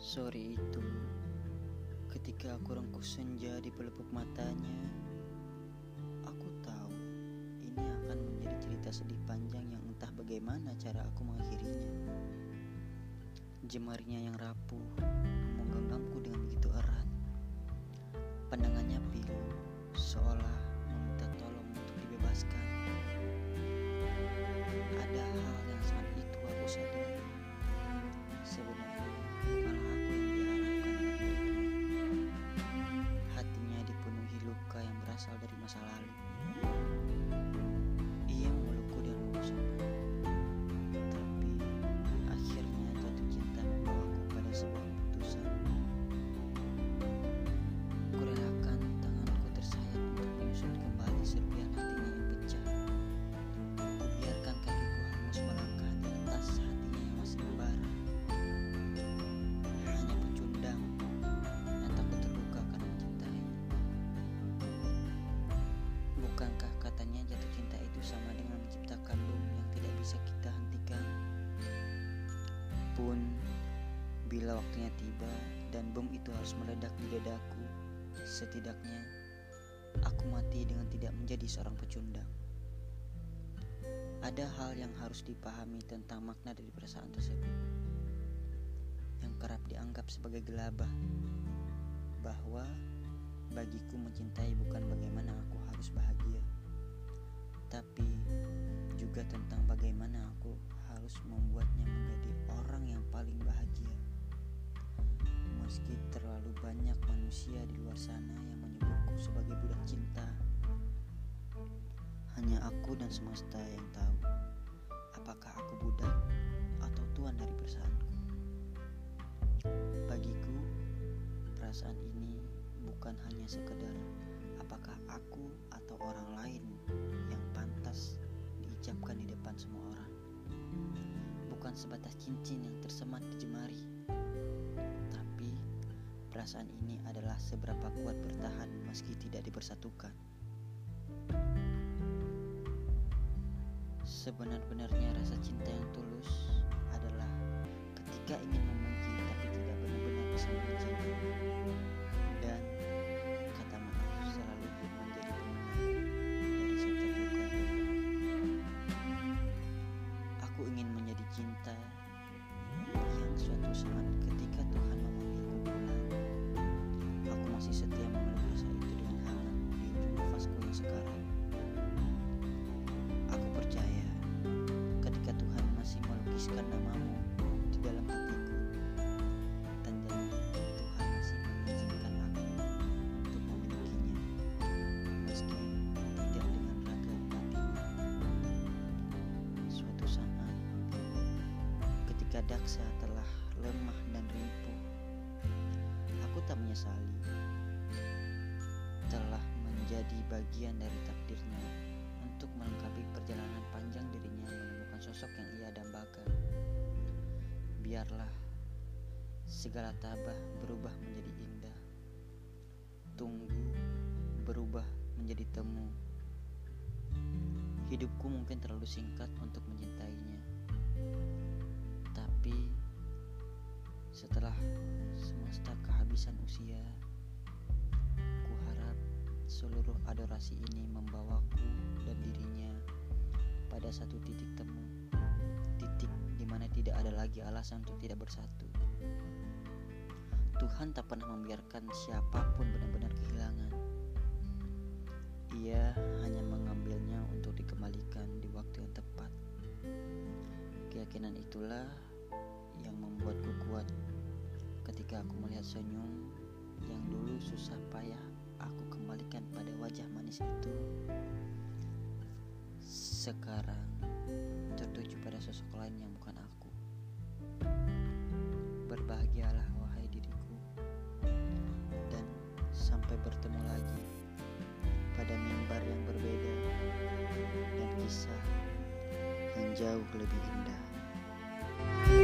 Sore itu, ketika aku rengkuh senja di pelupuk matanya, aku tahu ini akan menjadi cerita sedih panjang yang entah bagaimana cara aku mengakhirinya. Jemarinya yang rapuh menggenggamku dengan begitu erat. Pandangannya pilu, seolah meminta tolong untuk dibebaskan. Ada hal yang saat itu aku sadari. Sebenarnya bukanlah aku yang diharapkan dalam hidupnya. Hatinya dipenuhi luka yang berasal dari masa lalu. Ia memelukku dengan lulusannya, tapi akhirnya jatuh cinta membawaku pada sebuah keputusan. Kurelakan tanganku tersayat untuk menyusun kembali serpihan hatinya yang pecah. Kubiarkan kakiku hangus melangkah di atas hatinya yang masih membara. Hanya pecundang yang takut terluka karena mencintai. Bukankah katanya jatuh cinta itu sama dengan menciptakan bom yang tidak bisa kita hentikan? Pun bila waktunya tiba dan bom itu harus meledak di dadaku, setidaknya aku mati dengan tidak menjadi seorang pecundang. Ada hal yang harus dipahami tentang makna dari perasaan tersebut, yang kerap dianggap sebagai gelabah, bahwa bagiku mencintai bukan bagaimana aku harus bahagia, tapi juga tentang bagaimana aku harus membuatnya menjadi orang yang paling bahagia. Meski terlalu banyak manusia di luar sana yang menyebutku sebagai budak cinta, hanya aku dan semesta yang tahu apakah aku budak atau tuan dari perasaanku. Bagiku, perasaan ini bukan hanya sekedar apakah aku atau orang lain yang pantas diucapkan di depan semua orang. Bukan sebatas cincin yang tersemat di jemari, tapi perasaan ini adalah seberapa kuat bertahan meski tidak dipersatukan. Sebenar-benarnya rasa cinta yang tulus adalah ketika ingin membenci tapi tidak benar-benar bisa membenci. Dan kata maaf selalu menjadi pemenang dari setiap luka. Aku ingin menjadi cinta yang suatu saat ketika Tuhan memanggilku pulang, aku masih setia memeluk rasa itu dengan hangat di ujung nafasku yang sekarang. Aku percaya ketika Tuhan masih melukiskan namamu di dalam hatiku, tandanya Tuhan masih mengizinkan aku untuk memilikinya, meski tidak dengan raga batinnya. Suatu saat, ketika Daksa telah lemah dan rimpuh, aku tak menyesali telah menjadi bagian dari takdirnya untuk melengkapi perjalanan panjang dirinya menemukan sosok yang ia dambakan. Biarlah segala tabah berubah menjadi indah, tunggu berubah menjadi temu. Hidupku mungkin terlalu singkat untuk mencintainya, tapi setelah semesta kehabisan usia, kuharap seluruh adorasi ini membawaku dan dirinya pada satu titik temu, titik di mana tidak ada lagi alasan untuk tidak bersatu. Tuhan tak pernah membiarkan siapapun benar-benar kehilangan. Ia hanya mengambilnya untuk dikembalikan di waktu yang tepat. Keyakinan itulah yang membuatku kuat ketika aku melihat senyum yang dulu susah payah aku kembalikan pada wajah manis itu, sekarang tertuju pada sosok lain yang bukan aku. Berbahagialah wahai diriku, dan sampai bertemu lagi pada mimbar yang berbeda dan kisah yang jauh lebih indah.